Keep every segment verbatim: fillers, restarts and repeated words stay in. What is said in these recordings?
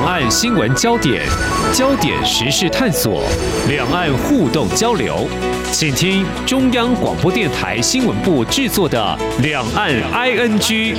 岸新闻焦点，焦点时事探索，两岸互动交流，请听中央广播电台新闻部制作的《两岸 I N G》。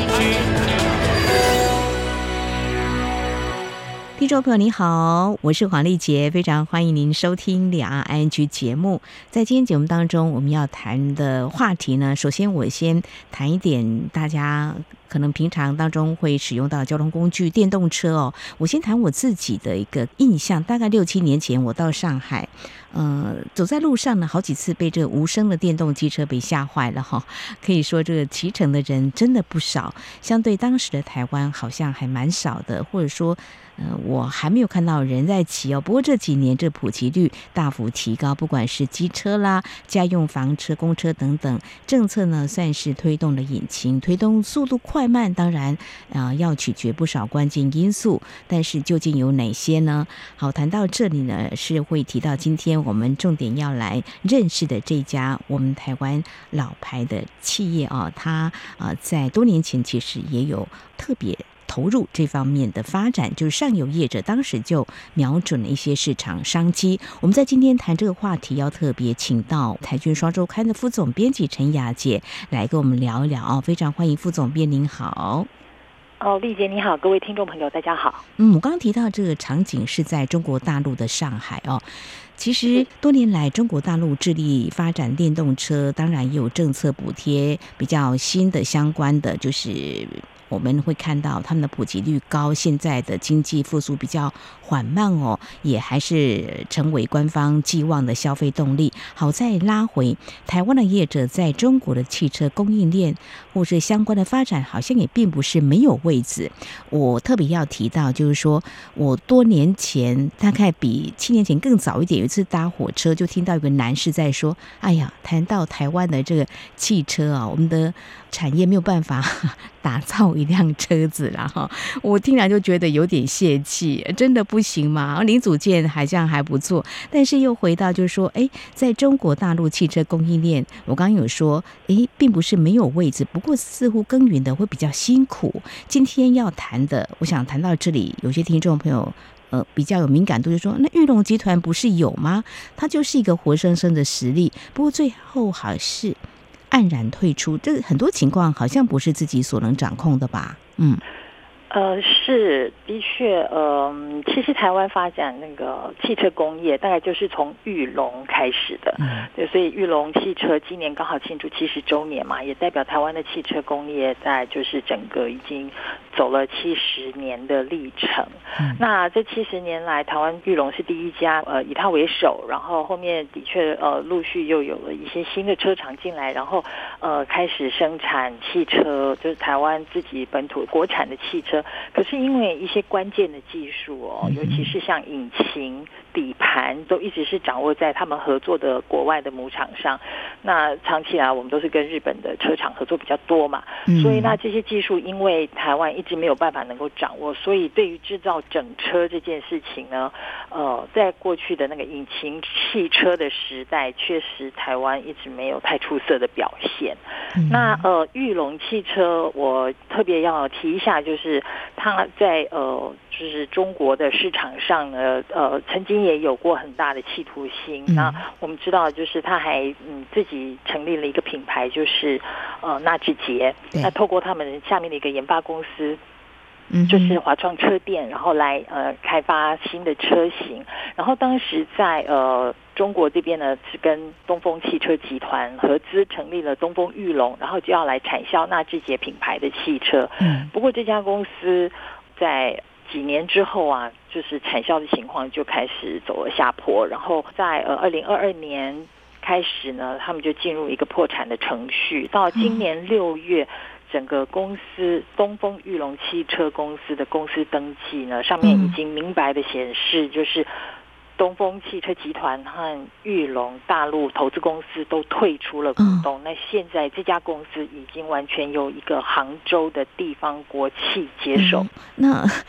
听众朋友你好，我是黄丽杰，非常欢迎您收听两岸 I N G 节目。在今天节目当中，我们要谈的话题呢，首先我先谈一点大家可能平常当中会使用到的交通工具电动车哦。我先谈我自己的一个印象，大概六七年前我到上海，呃，走在路上呢，好几次被这个无声的电动机车被吓坏了哈。可以说这个骑乘的人真的不少，相对当时的台湾好像还蛮少的，或者说呃，我还没有看到人在骑哦。不过这几年这普及率大幅提高，不管是机车啦、家用房车、公车等等，政策呢算是推动了引擎，推动速度快慢，当然啊、呃、要取决不少关键因素。但是究竟有哪些呢？好，谈到这里呢，是会提到今天我们重点要来认识的这家我们台湾老牌的企业啊，它啊、呃、在多年前其实也有特别投入这方面的发展，就是上游业者当时就瞄准了一些市场商机。我们在今天谈这个话题，要特别请到台军双周刊的副总编辑陈雅姐来跟我们聊一聊哦。非常欢迎副总编，您好。 哦，丽姐你好，各位听众朋友大家好。 嗯，我刚刚提到这个场景是在中国大陆的上海哦。其实多年来，中国大陆致力发展电动车，当然也有政策补贴，比较新的相关的就是我们会看到他们的普及率高，现在的经济复苏比较缓慢哦，也还是成为官方寄望的消费动力。好在拉回台湾的业者在中国的汽车供应链或是相关的发展，好像也并不是没有位置。我特别要提到，就是说我多年前，大概比七年前更早一点，有一次搭火车就听到有个男士在说：“哎呀，谈到台湾的这个汽车啊，我们的产业没有办法打造一辆车子啦哈。”我听了就觉得有点泄气，真的不行吗？零组件好像还不错，但是又回到就是说，哎，在中国大陆汽车供应链，我刚刚有说，哎，并不是没有位置，不过似乎耕耘的会比较辛苦。今天要谈的，我想谈到这里，有些听众朋友呃比较有敏感度，就说那裕隆集团不是有吗？它就是一个活生生的实力，不过最后还是黯然退出，这很多情况好像不是自己所能掌控的吧？嗯。 呃，是的确，呃，其实台湾发展那个汽车工业，大概就是从裕隆开始的，嗯、对，所以裕隆汽车今年刚好庆祝七十周年嘛，也代表台湾的汽车工业在就是整个已经走了七十年的历程。嗯、那这七十年来，台湾裕隆是第一家，呃，以它为首，然后后面的确呃陆续又有了一些新的车厂进来，然后呃开始生产汽车，就是台湾自己本土国产的汽车。可是因为一些关键的技术哦，尤其是像引擎、底盘，都一直是掌握在他们合作的国外的母厂上。那长期来我们都是跟日本的车厂合作比较多嘛，所以那这些技术因为台湾一直没有办法能够掌握，所以对于制造整车这件事情呢，呃，在过去的那个引擎汽车的时代，确实台湾一直没有太出色的表现。那呃，裕隆汽车我特别要提一下，就是它在呃，就是中国的市场上呢，呃，曾经也有过很大的企图心。嗯、那我们知道，就是它还嗯自己成立了一个品牌，就是呃纳智捷。那透过他们下面的一个研发公司。就是华创车店，然后来呃开发新的车型。然后当时在呃中国这边呢，是跟东风汽车集团合资成立了东风裕隆，然后就要来产销纳智捷品牌的汽车。嗯，不过这家公司在几年之后啊，就是产销的情况就开始走了下坡，然后在呃二零二二年开始呢，他们就进入一个破产的程序，到今年六月。整个公司东风裕隆汽车公司的公司登记呢，上面已经明白的显示，就是东风汽车集团和裕隆大陆投资公司都退出了股东。嗯、那现在这家公司已经完全由一个杭州的地方国企接手。 嗯、那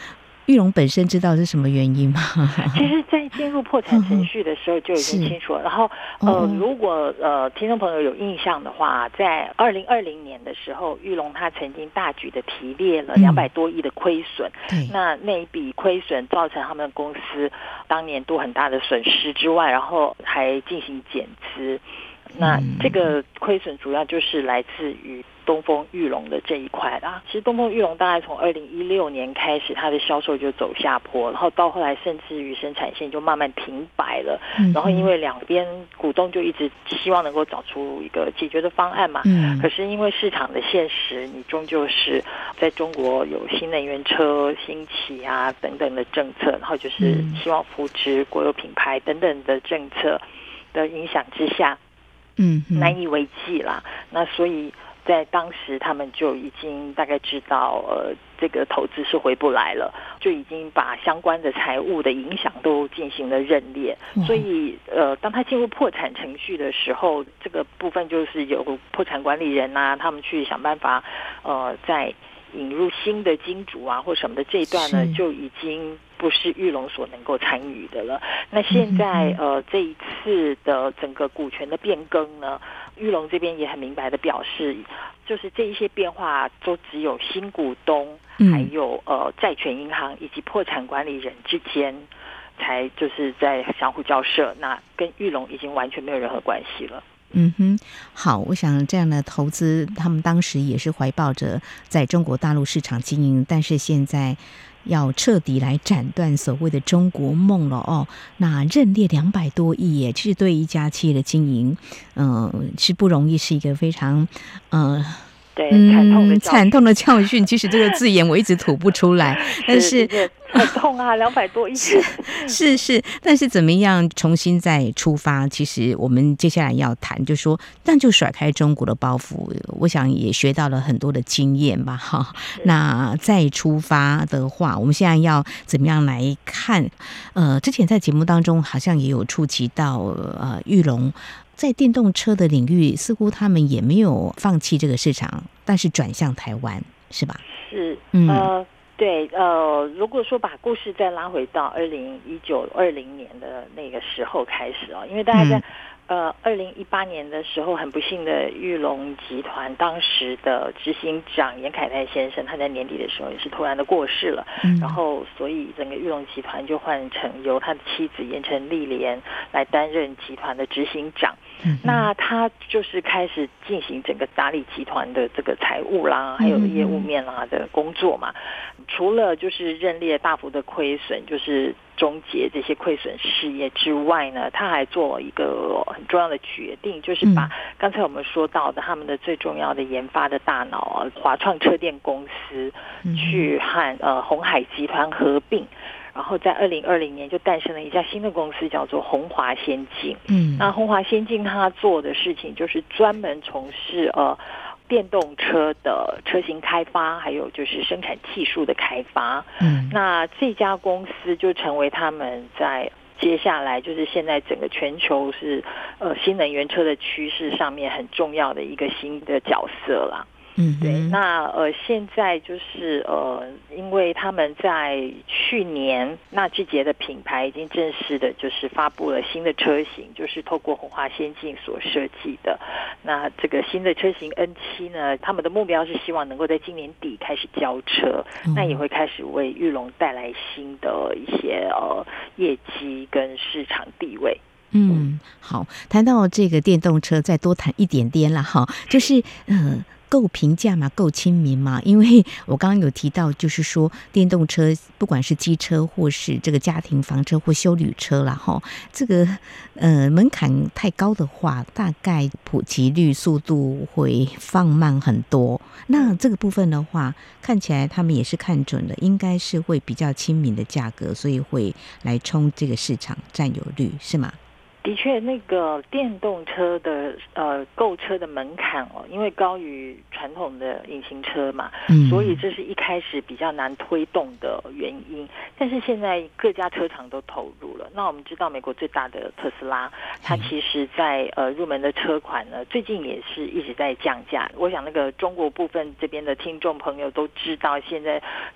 裕隆本身知道是什么原因吗？ 其实在进入破产程序的时候就已经清楚了。然后呃，如果呃听众朋友有印象的话，在二零二零年的时候，裕隆他曾经大举的提列了两百多亿的亏损，嗯、那那一笔亏损造成他们公司当年度很大的损失之外，然后还进行减资。那这个亏损主要就是来自于东风裕隆的这一块啦。其实东风裕隆大概从二零一六年开始，它的销售就走下坡，然后到后来甚至于生产线就慢慢停摆了。嗯、然后因为两边股东就一直希望能够找出一个解决的方案嘛。嗯、可是因为市场的现实，你终究是在中国有新能源车兴起啊等等的政策，然后就是希望扶持国有品牌等等的政策的影响之下。嗯，难以为继啦。那所以在当时他们就已经大概知道，呃，这个投资是回不来了，就已经把相关的财务的影响都进行了认列。嗯、所以，呃，当他进入破产程序的时候，这个部分就是有破产管理人啊，他们去想办法，呃，在引入新的金主啊或什么的这一段呢，就已经不是裕隆所能够参与的了。那现在呃这一次的整个股权的变更呢，裕隆这边也很明白的表示，就是这一些变化都只有新股东、嗯、还有呃债权银行以及破产管理人之间才就是在相互交涉，那跟裕隆已经完全没有任何关系了。 嗯哼，好，我想这样的投资，他们当时也是怀抱着在中国大陆市场经营，但是现在要彻底来斩断所谓的中国梦了哦。那认列两百多亿耶，其实对一家企业的经营，嗯、呃，是不容易，是一个非常，呃。 对，惨痛的惨痛的教训。其实这个字眼我一直吐不出来，但是很痛啊，两百多亿是是是，但是怎么样重新再出发？其实我们接下来要谈，就说那就甩开中国的包袱，我想也学到了很多的经验吧。哈，那再出发的话，我们现在要怎么样来看？呃，之前在节目当中好像也有触及到呃裕隆。在电动车的领域，似乎他们也没有放弃这个市场，但是转向台湾，是吧？ 是，嗯、呃，对，呃，如果说把故事再拉回到二零一九二零年的那个时候开始啊，因为大家在、嗯。呃，二零一八年的时候，很不幸的，裕隆集团当时的执行长严凯泰先生，他在年底的时候也是突然的过世了。嗯、然后，所以整个裕隆集团就换成由他的妻子严成丽莲来担任集团的执行长。嗯、那他就是开始进行整个打理集团的这个财务啦，还有业务面啦的工作嘛。除了就是认列大幅的亏损，就是终结这些亏损事业之外呢，他还做了一个很重要的决定，就是把刚才我们说到的他们的最重要的研发的大脑啊，华创车电公司去和呃鸿海集团合并。然后在二零二零年就诞生了一家新的公司，叫做鸿华先进。嗯，那鸿华先进它做的事情就是专门从事呃电动车的车型开发，还有就是生产技术的开发。嗯，那这家公司就成为他们在接下来就是现在整个全球是呃新能源车的趋势上面很重要的一个新的角色啦。嗯，对，那呃，现在就是呃，因为他们在去年纳智捷的品牌已经正式的，就是发布了新的车型，就是透过鸿华先进所设计的。那这个新的车型 N 七 呢，他们的目标是希望能够在今年底开始交车，嗯、那也会开始为裕隆带来新的一些呃业绩跟市场地位。 嗯，好，谈到这个电动车，再多谈一点点啦哈，就是呃。够平价嘛，够亲民嘛？因为我刚刚有提到，就是说电动车，不管是机车或是这个家庭房车或休旅车啦，哈，这个呃门槛太高的话，大概普及率速度会放慢很多。那这个部分的话，看起来他们也是看准了，应该是会比较亲民的价格，所以会来冲这个市场占有率，是吗？ 的确，那个电动车的呃购车的门槛哦，因为高于传统的引擎车嘛，嗯、所以这是一开始比较难推动的原因。但是现在各家车厂都投入了。那我们知道，美国最大的特斯拉，它其实在呃入门的车款呢，最近也是一直在降价。我想那个中国部分这边的听众朋友都知道，现在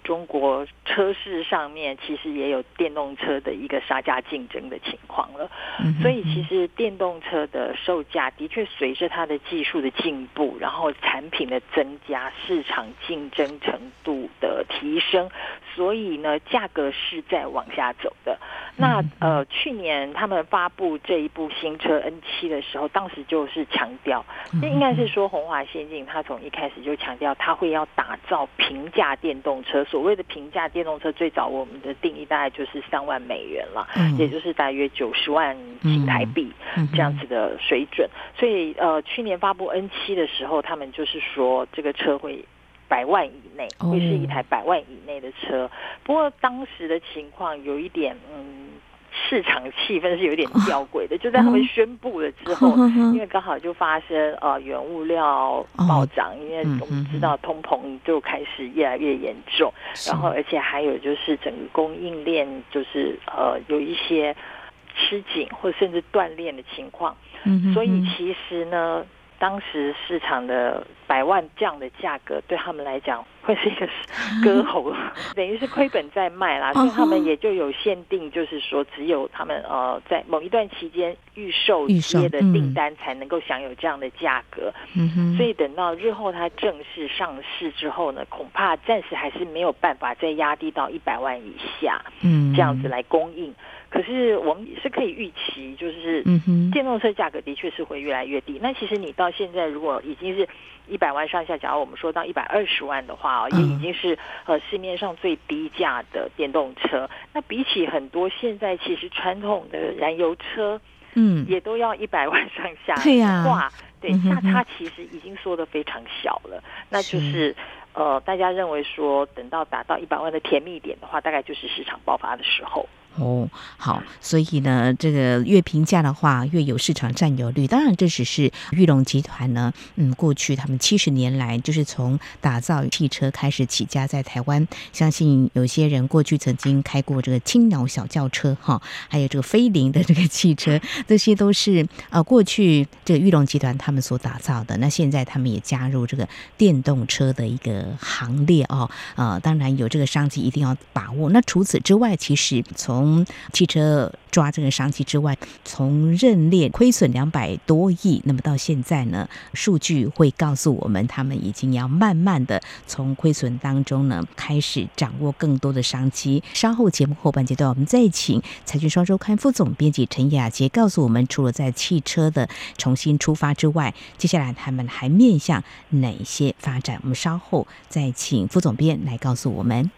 中国车市上面其实也有电动车的一个杀价竞争的情况了。所以其实电动车的售价的确随着它的技术的进步，然后产品的增加，市场竞争程度的提升，所以呢价格是在往下走的。那呃去年他们发布这一部新车 N 七 的时候，当时就是强调，这应该是说鸿华先进他从一开始就强调他会要打造平价电动车。所谓的平价电动车，最早我们的定义大概就是三万美元了，嗯、也就是大约九十万新台币这样子的水准。所以呃去年发布 N 七 的时候，他们就是说这个车会百万以内，会是一台百万以内的车。不过当时的情况有一点嗯。市场气氛是有点吊诡的，就在他们宣布了之后，因为刚好就发生呃原物料暴涨，因为我们知道通膨就开始越来越严重，然后而且还有就是整个供应链就是呃有一些吃紧或甚至断裂的情况，所以其实呢。当时市场的百万这样的价格对他们来讲会是一个割喉，等于是亏本在卖啦，所以他们也就有限定，就是说只有他们呃在某一段期间预售企业的订单才能够享有这样的价格，嗯、所以等到日后它正式上市之后呢，恐怕暂时还是没有办法再压低到一百万以下，嗯，这样子来供应。可是我们也是可以预期，就是电动车价格的确是会越来越低。那其实你到现在如果已经是一百万上下，假如我们说到一百二十万的话、哦、也已经是呃市面上最低价的电动车。那比起很多现在其实传统的燃油车，嗯，也都要一百万上下的话，对，价差其实已经缩得非常小了。那就是呃，大家认为说等到达到一百万的甜蜜点的话，大概就是市场爆发的时候。 哦，好，所以呢，这个越平价的话，越有市场占有率。当然，这只是裕隆集团呢，嗯，过去他们七十年来，就是从打造汽车开始起家，在台湾，相信有些人过去曾经开过这个青鸟小轿车哈，还有这个飞凌的这个汽车，这些都是呃过去这个裕隆集团他们所打造的。那现在他们也加入这个电动车的一个行列哦，呃，当然有这个商机一定要把握。那除此之外，其实从从汽车抓这个商机之外，从认列亏损两百多亿，那么到现在呢，数据会告诉我们，他们已经要慢慢的从亏损当中呢开始掌握更多的商机。稍后节目后半阶段，我们再请财讯双周刊副总编辑陈雅洁告诉我们，除了在汽车的重新出发之外，接下来他们还面向哪些发展？我们稍后再请副总编来告诉我们。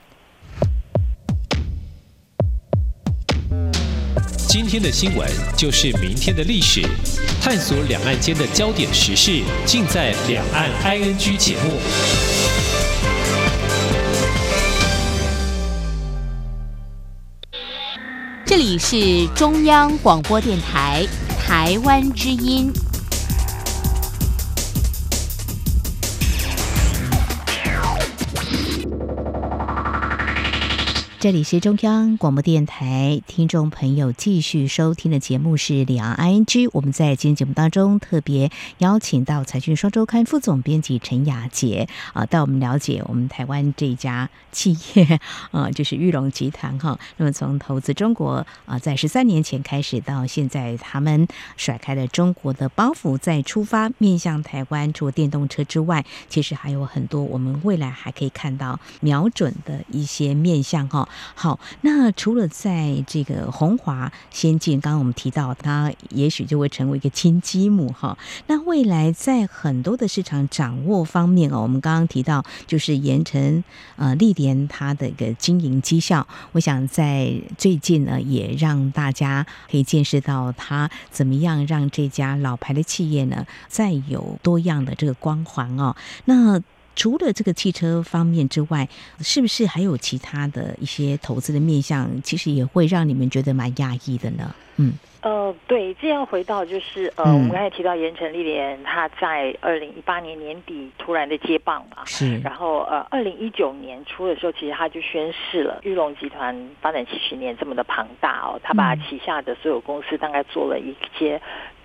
今天的新闻就是明天的历史，探索两岸间的焦点时事，尽在《两岸 I N G》节目。 这里是中央广播电台台湾之音。 这里是中央广播电台，听众朋友继续收听的节目是两岸 I N G。我们在今天节目当中特别邀请到财讯双周刊副总编辑陈雅洁啊，带我们了解我们台湾这家企业啊，就是裕隆集团哈。那么从投资中国啊，在十三年前开始到现在，他们甩开了中国的包袱，再出发面向台湾。除了电动车之外，其实还有很多我们未来还可以看到瞄准的一些面向哈。好，那除了在这个鸿华先进，刚刚我们提到它也许就会成为一个金鸡母哈。那未来在很多的市场掌握方面哦，我们刚刚提到就是盐城呃历年它的一个经营绩效，我想在最近呢也让大家可以见识到它怎么样让这家老牌的企业呢再有多样的这个光环哦。那除了这个汽车方面之外，是不是还有其他的一些投资的面向，其实也会让你们觉得蛮讶异的呢？嗯。 呃，对，这样回到就是呃，嗯、我们刚才提到盐城历年，他在二零一八年年底突然的接棒嘛， 是， 然后呃，二零一九年初的时候，其实他就宣示了裕隆集团发展七十年这么的庞大哦，他把旗下的所有公司大概做了一些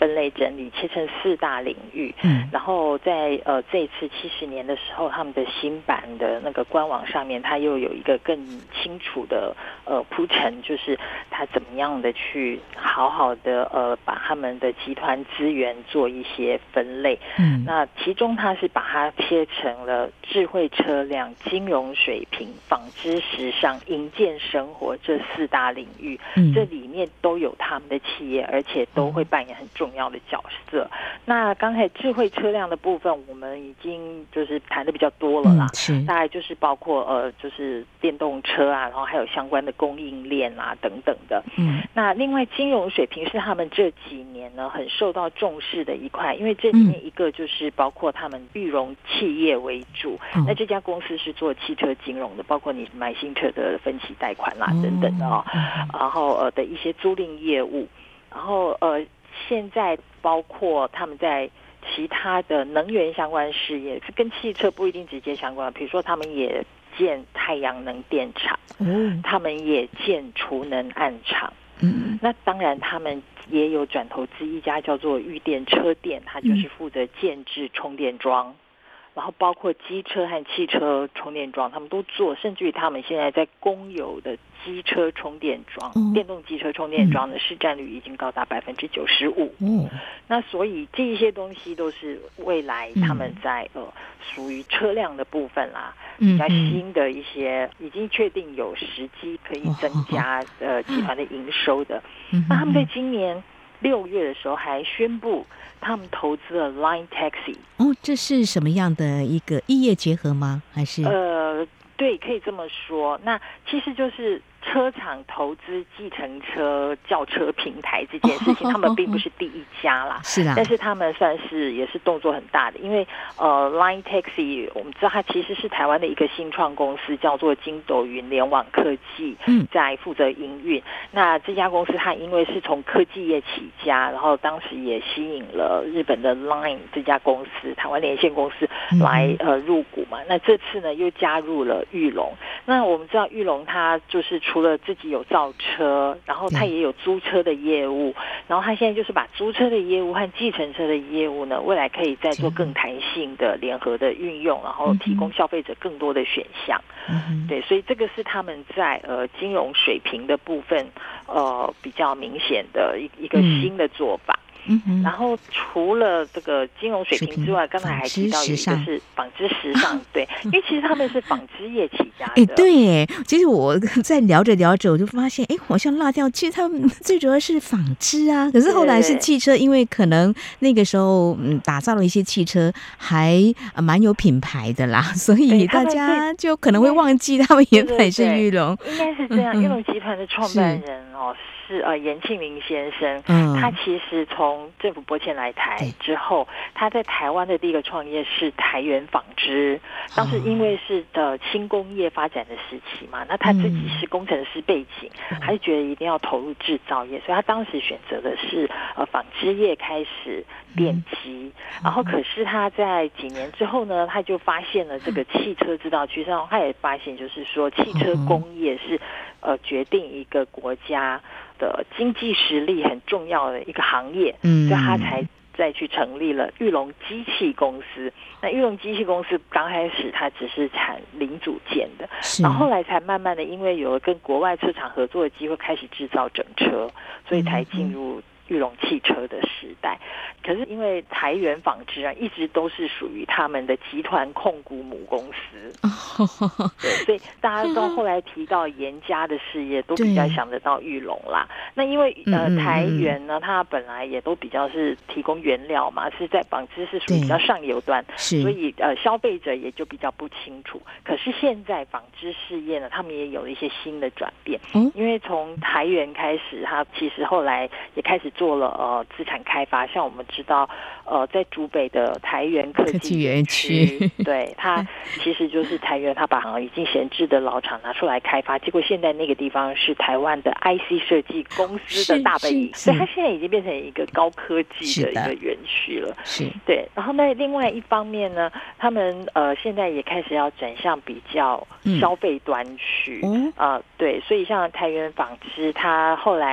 分类整理，切成四大领域。嗯，然后在呃这一次七十年的时候，他们的新版的那个官网上面，它又有一个更清楚的呃铺陈，就是它怎么样的去好好的呃把他们的集团资源做一些分类。嗯，那其中它是把它切成了智慧车辆、金融水平、纺织时尚、营建生活这四大领域。嗯，这里面都有他们的企业，而且都会扮演很重要的角色。嗯，那刚才智慧车辆的部分，我们已经就是谈的比较多了啦。嗯，是，大概就是包括呃，就是电动车啊，然后还有相关的供应链啊等等的。嗯，那另外金融水平是他们这几年呢很受到重视的一块，因为这里面一个就是包括他们裕隆企业为主。嗯，那这家公司是做汽车金融的，包括你买新车的分期贷款啦等等的哦。嗯，然后呃的一些租赁业务，然后呃现在包括他们在其他的能源相关事业，是跟汽车不一定直接相关，比如说他们也建太阳能电厂，嗯，他们也建储能案厂，嗯，那当然他们也有转投资一家叫做裕电车电，它就是负责建制充电桩。然后包括机车和汽车充电桩他们都做，甚至于他们现在在公有的机车充电桩、嗯、电动机车充电桩的市占率已经高达百分之九十五。嗯，那所以这一些东西都是未来他们在、嗯、呃属于车辆的部分啦，比较新的一些已经确定有时机可以增加、哦、呃集团的营收的。嗯，那他们在今年六月的时候还宣布他们投资了 Line Taxi。 哦，这是什么样的一个异业结合吗？还是呃，对，可以这么说。那其实就是车厂投资计程车轿车平台这件事情，他们并不是第一家啦， 是啦， 但是他们算是也是动作很大的，因为呃 Line Taxi 我们知道它其实是台湾的一个新创公司，叫做筋斗云联网科技，嗯，在负责营运。那这家公司它因为是从科技业起家，然后当时也吸引了日本的 Line 这家公司，台湾连线公司来呃入股嘛。那这次呢又加入了裕隆。那我们知道裕隆它就是除了自己有造车，然后他也有租车的业务，然后他现在就是把租车的业务和计程车的业务呢，未来可以再做更弹性的联合的运用，然后提供消费者更多的选项。嗯，对，所以这个是他们在呃金融水平的部分呃比较明显的一一个新的做法。嗯，然后除了这个金融水平之外，刚才还提到有一个是纺织时尚，对，因为其实他们是纺织业起家的。 哎，对，其实我在聊着聊着，我就发现，哎，好像落掉，其实他们最主要是纺织啊，可是后来是汽车，因为可能那个时候嗯打造了一些汽车，还蛮有品牌的啦，所以大家就可能会忘记他们原本是裕隆， 应该是这样。裕隆集团的创办人哦。是呃严庆林先生，嗯，他其实从政府拨迁来台之后，他在台湾的第一个创业是台元纺织，当时因为是的轻工业发展的时期嘛，那他自己是工程师背景，还是觉得一定要投入制造业，所以他当时选择的是呃纺织业开始奠基，然后可是他在几年之后呢，他就发现了这个汽车制造趋势，他也发现就是说汽车工业是呃决定一个国家的经济实力很重要的一个行业，嗯，所以他才再去成立了裕隆机器公司。那裕隆机器公司刚开始它只是产零组件的，然后后来才慢慢的因为有了跟国外车厂合作的机会，开始制造整车，所以才进入裕隆汽车的时代。可是因为台元纺织啊，一直都是属于他们的集团控股母公司，对，所以大家到后来提到严家的事业，都比较想得到裕隆啦。那因为呃台元呢，它本来也都比较是提供原料嘛，是在纺织是属于比较上游端，所以呃消费者也就比较不清楚。可是现在纺织事业呢，他们也有了一些新的转变，嗯，因为从台元开始，它其实后来也开始做了呃资产开发，像我们知道呃在竹北的台元科技园区，对，它其实就是台元它把已经闲置的老厂拿出来开发，结果现在那个地方是台湾的 I C 设计公司的大本营，所以它现在已经变成一个高科技的一个园区了。是，对。然后那另外一方面呢，他们呃现在也开始要转向比较消费端去，嗯，呃对，所以像台元纺织，它后来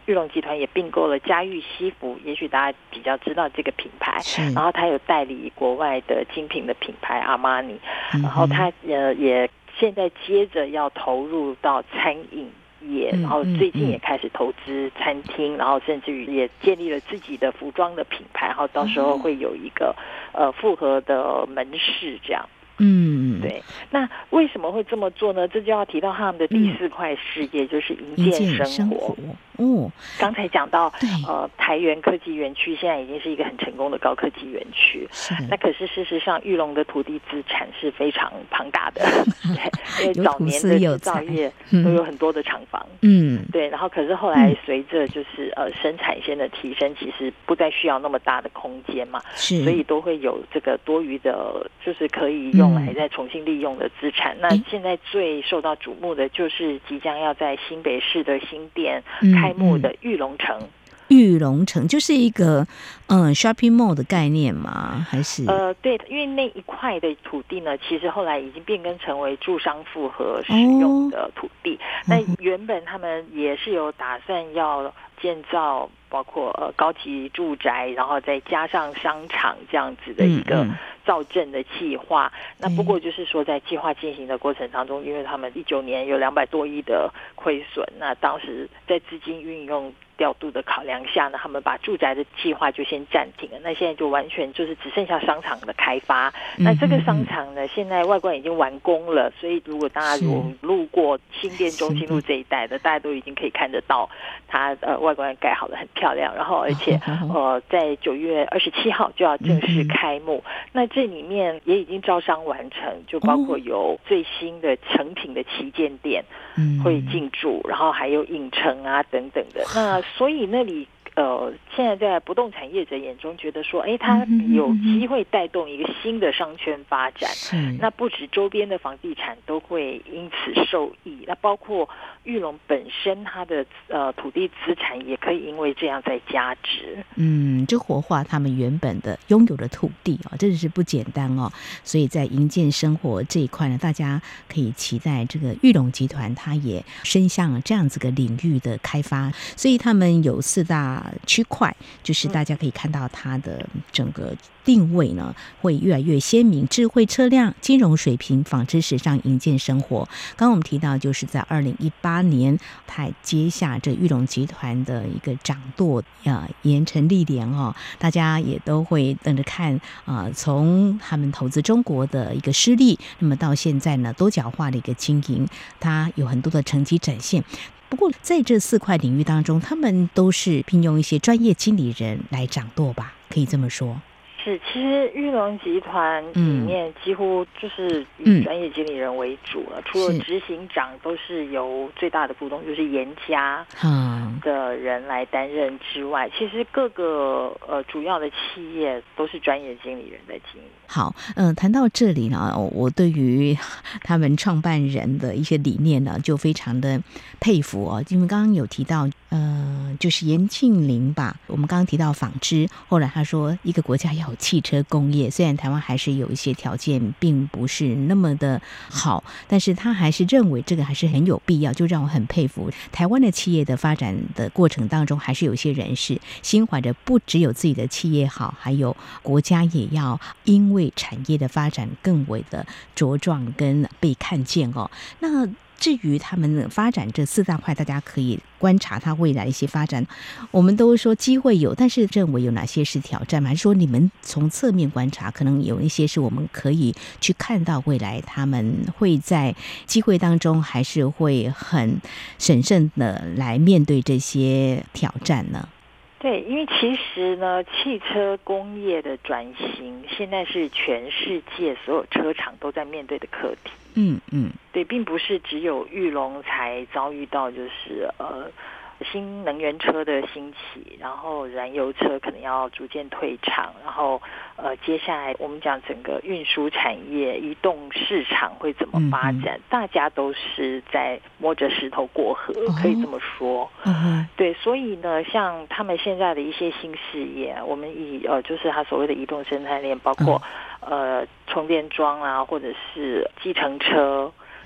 裕隆集团也并购了嘉裕西服，也许大家比较知道这个品牌，然后它有代理国外的精品的品牌阿玛尼，然后它呃也现在接着要投入到餐饮业，然后最近也开始投资餐厅，然后甚至于也建立了自己的服装的品牌，然后到时候会有一个呃复合的门市这样。嗯，对。那为什么会这么做呢？这就要提到他们的第四块事业，嗯、就是营建生活。哦，刚才讲到，呃，台园科技园区现在已经是一个很成功的高科技园区。那可是事实上，裕隆的土地资产是非常庞大的，对，因为早年的制造业都有很多的厂房。嗯，对。然后可是后来随着就是呃生产线的提升，其实不再需要那么大的空间嘛，是，所以都会有这个多余的，就是可以用来再重新利用的资产。嗯、那现在最受到瞩目的就是即将要在新北市的新店开幕的裕隆城。 裕隆城就是一个嗯 shopping mall 的概念吗？还是呃对，因为那一块的土地呢，其实后来已经变更成为住商复合使用的土地。哦、那原本他们也是有打算要建造包括呃高级住宅，然后再加上商场这样子的一个造镇的计划。嗯嗯、那不过就是说，在计划进行的过程当中，因为他们一九年有两百多亿的亏损，那当时在资金运用调度的考量下呢，他们把住宅的计划就先暂停了。那现在就完全就是只剩下商场的开发。嗯、那这个商场呢，现在外观已经完工了，所以如果大家如路过新店中心路这一带的，大家都已经可以看得到它呃外观盖好的很漂亮。然后而且呃在九月二十七号就要正式开幕。嗯、那这里面也已经招商完成，就包括有最新的成品的旗舰店会进驻，然后还有影城啊等等的。那所以那里呃，现在在不动产业者眼中觉得说，哎，它有机会带动一个新的商圈发展。嗯、那不止周边的房地产都会因此受益，那包括裕隆本身它的呃土地资产也可以因为这样在加值。 嗯，就活化他们原本的拥有的土地啊、哦，真的是不简单哦。所以在营建生活这一块呢，大家可以期待这个裕隆集团它也伸向这样子个领域的开发。所以他们有四大区块，就是大家可以看到它的整个定位呢会越来越鲜明，智慧车辆、金融水平、纺织时尚、营建生活。刚刚我们提到就是在二零一八年他接下这裕隆集团的一个掌舵呃盐城历练哦，大家也都会等着看啊、呃，从他们投资中国的一个失利，那么到现在呢多角化的一个经营，它有很多的成绩展现。不过在这四块领域当中，他们都是聘用一些专业经理人来掌舵吧，可以这么说。 是，其实裕隆集团里面几乎就是以专业经理人为主了，嗯、除了执行长都是由最大的股东就是严家的人来担任之外，其实各个呃主要的企业都是专业经理人在经营。 好，嗯、呃，谈到这里呢，我对于他们创办人的一些理念呢，就非常的佩服哦，因为刚刚有提到。呃，就是严庆林吧。我们刚刚提到纺织，后来他说一个国家要有汽车工业，虽然台湾还是有一些条件并不是那么的好，但是他还是认为这个还是很有必要，就让我很佩服台湾的企业的发展的过程当中，还是有一些人士心怀着不只有自己的企业好，还有国家也要因为产业的发展更为的茁壮跟被看见哦。那至于他们发展这四大块，大家可以观察它未来的一些发展。我们都说机会有，但是认为有哪些是挑战吗？还是说你们从侧面观察，可能有一些是我们可以去看到未来他们会在机会当中，还是会很审慎的来面对这些挑战呢？ 对，因为其实呢，汽车工业的转型现在是全世界所有车厂都在面对的课题。嗯嗯，对，并不是只有裕隆才遭遇到，就是呃新能源车的兴起，然后燃油车可能要逐渐退场，然后呃接下来我们讲整个运输产业、移动市场会怎么发展，嗯、大家都是在摸着石头过河，哦、可以这么说。嗯、对，所以呢，像他们现在的一些新事业，我们以呃就是他所谓的移动生态链，包括、嗯、呃充电桩啊，或者是计程车。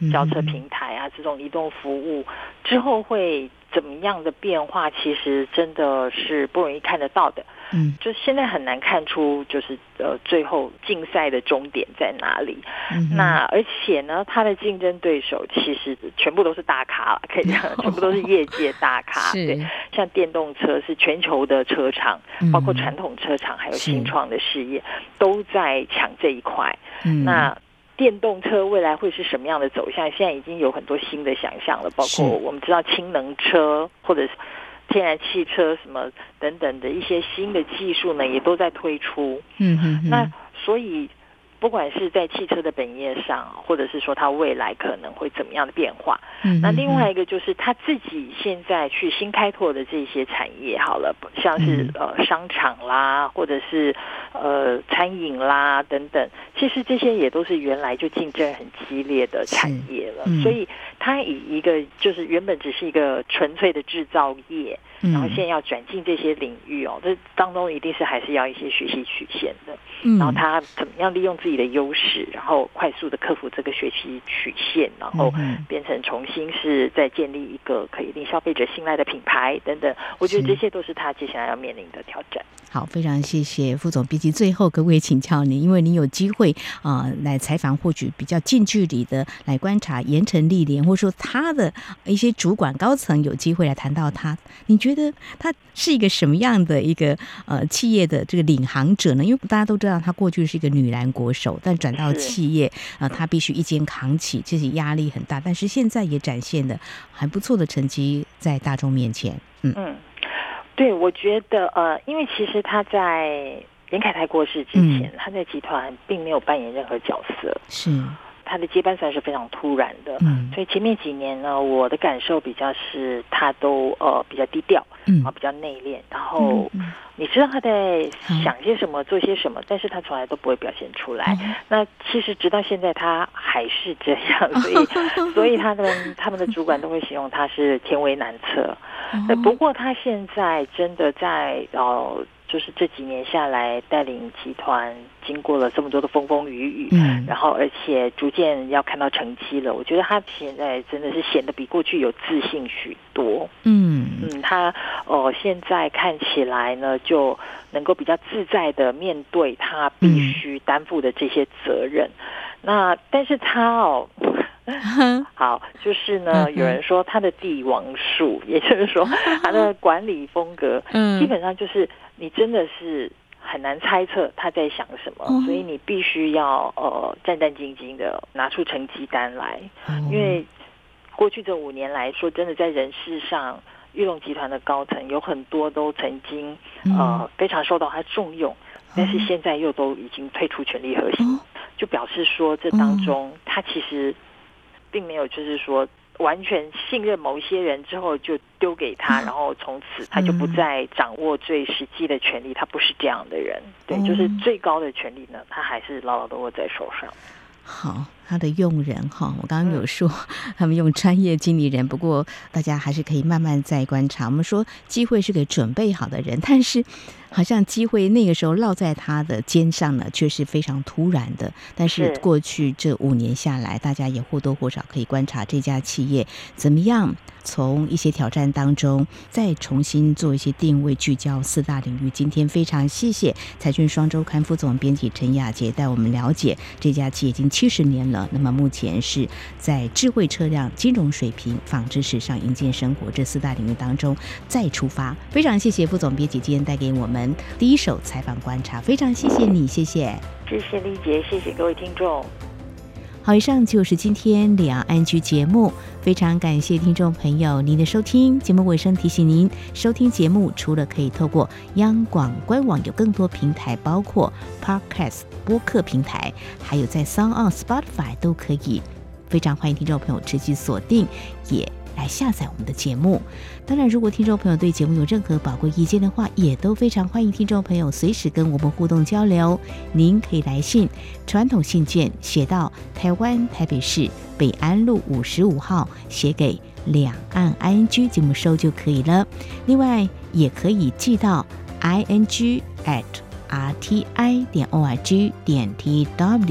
交车平台啊，这种移动服务之后会怎么样的变化，其实真的是不容易看得到的。嗯，就现在很难看出，就是呃，最后竞赛的终点在哪里。嗯、那而且呢，他的竞争对手其实全部都是大咖了，可以讲，全部都是业界大咖。对，像电动车是全球的车厂，包括传统车厂，还有新创的事业，都在抢这一块。嗯，那电动车未来会是什么样的走向？现在已经有很多新的想象了，包括我们知道氢能车或者是天然汽车什么等等的一些新的技术呢，也都在推出。嗯嗯，那所以不管是在汽车的本业上，或者是说它未来可能会怎么样的变化。嗯，那另外一个就是他自己现在去新开拓的这些产业，好了，像是呃商场啦，或者是呃餐饮啦等等，其实这些也都是原来就竞争很激烈的产业了。嗯，所以它以一个就是原本只是一个纯粹的制造业，然后现在要转进这些领域哦，这当中一定是还是要一些学习曲线的。嗯，然后他怎么样利用自己的优势，然后快速的克服这个学习曲线，然后变成重新是再建立一个可以令消费者信赖的品牌等等。我觉得这些都是他接下来要面临的挑战。 好，非常谢谢副总编辑。最后可不可以请教你，因为你有机会啊、呃、来采访，或许比较近距离的来观察盐城历练，或者说他的一些主管高层有机会来谈到他，你觉得他是一个什么样的一个呃企业的这个领航者呢？因为大家都知道他过去是一个女篮国手，但转到企业啊、呃，他必须一肩扛起，其实压力很大，但是现在也展现的很不错的成绩在大众面前。嗯嗯。 对，我觉得呃，因为其实他在严凯泰过世之前，嗯、他在集团并没有扮演任何角色，是他的接班算是非常突然的，嗯，所以前面几年呢，我的感受比较是他都呃比较低调，嗯，啊比较内敛，然后、嗯、你知道他在想些什么、嗯、做些什么，但是他从来都不会表现出来。嗯、那其实直到现在他还是这样，所以所以他们他们的主管都会形容他是天威难测。哦、不过他现在真的在呃，就是这几年下来带领集团，经过了这么多的风风雨雨，嗯，然后而且逐渐要看到成绩了。我觉得他现在真的是显得比过去有自信许多。嗯嗯，他呃现在看起来呢，就能够比较自在的面对他必须担负的这些责任。嗯、那但是他哦。好，就是呢，有人说他的帝王术，也就是说他的管理风格，基本上就是你真的是很难猜测他在想什么，所以你必须要呃战战兢兢的拿出成绩单来，因为过去这五年来说，真的在人事上，裕隆集团的高层有很多都曾经呃非常受到他重用，但是现在又都已经退出权力核心，就表示说这当中他其实并没有就是说完全信任某一些人之后就丢给他，然后从此他就不再掌握最实际的权利，他不是这样的人。对，就是最高的权利呢，他还是牢牢地握在手上。 好，他的用人哈，我刚刚有说、嗯、他们用专业经理人，不过大家还是可以慢慢再观察。我们说机会是给准备好的人，但是好像机会那个时候落在他的肩上呢，却是非常突然的。但是过去这五年下来，大家也或多或少可以观察这家企业怎么样从一些挑战当中再重新做一些定位，聚焦四大领域。今天非常谢谢财讯双周刊副总编辑陈雅洁带我们了解这家企业已经七十年了，那么目前是在智慧车辆、金融水平、纺织时尚、营建生活这四大领域当中再出发。非常谢谢副总编辑今天带给我们第一手采访观察，非常谢谢你，谢谢， 谢谢丽姐，谢谢各位听众。 好，以上就是今天两岸居节目，非常感谢听众朋友您的收听。节目尾声提醒您，收听节目除了可以透过央广官网，有更多平台，包括 Podcast 播客平台，还有在 SoundOn、Spotify 都可以。非常欢迎听众朋友持续锁定，也来下载我们的节目。当然，如果听众朋友对节目有任何宝贵意见的话，也都非常欢迎听众朋友随时跟我们互动交流。您可以来信，传统信件写到台湾台北市北安路五十五号，写给两岸 I N G 节目收就可以了。另外，也可以寄到 I N G at R T I 点 O R G 点 T W。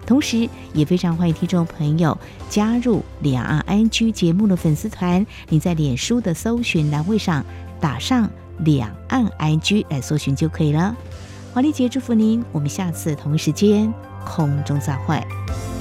同时也非常欢迎听众朋友加入两岸 I N G 节目的粉丝团，你在脸书的搜寻栏位上打上两岸 I N G 来搜寻就可以了。华丽姐祝福您，我们下次同一时间空中再会。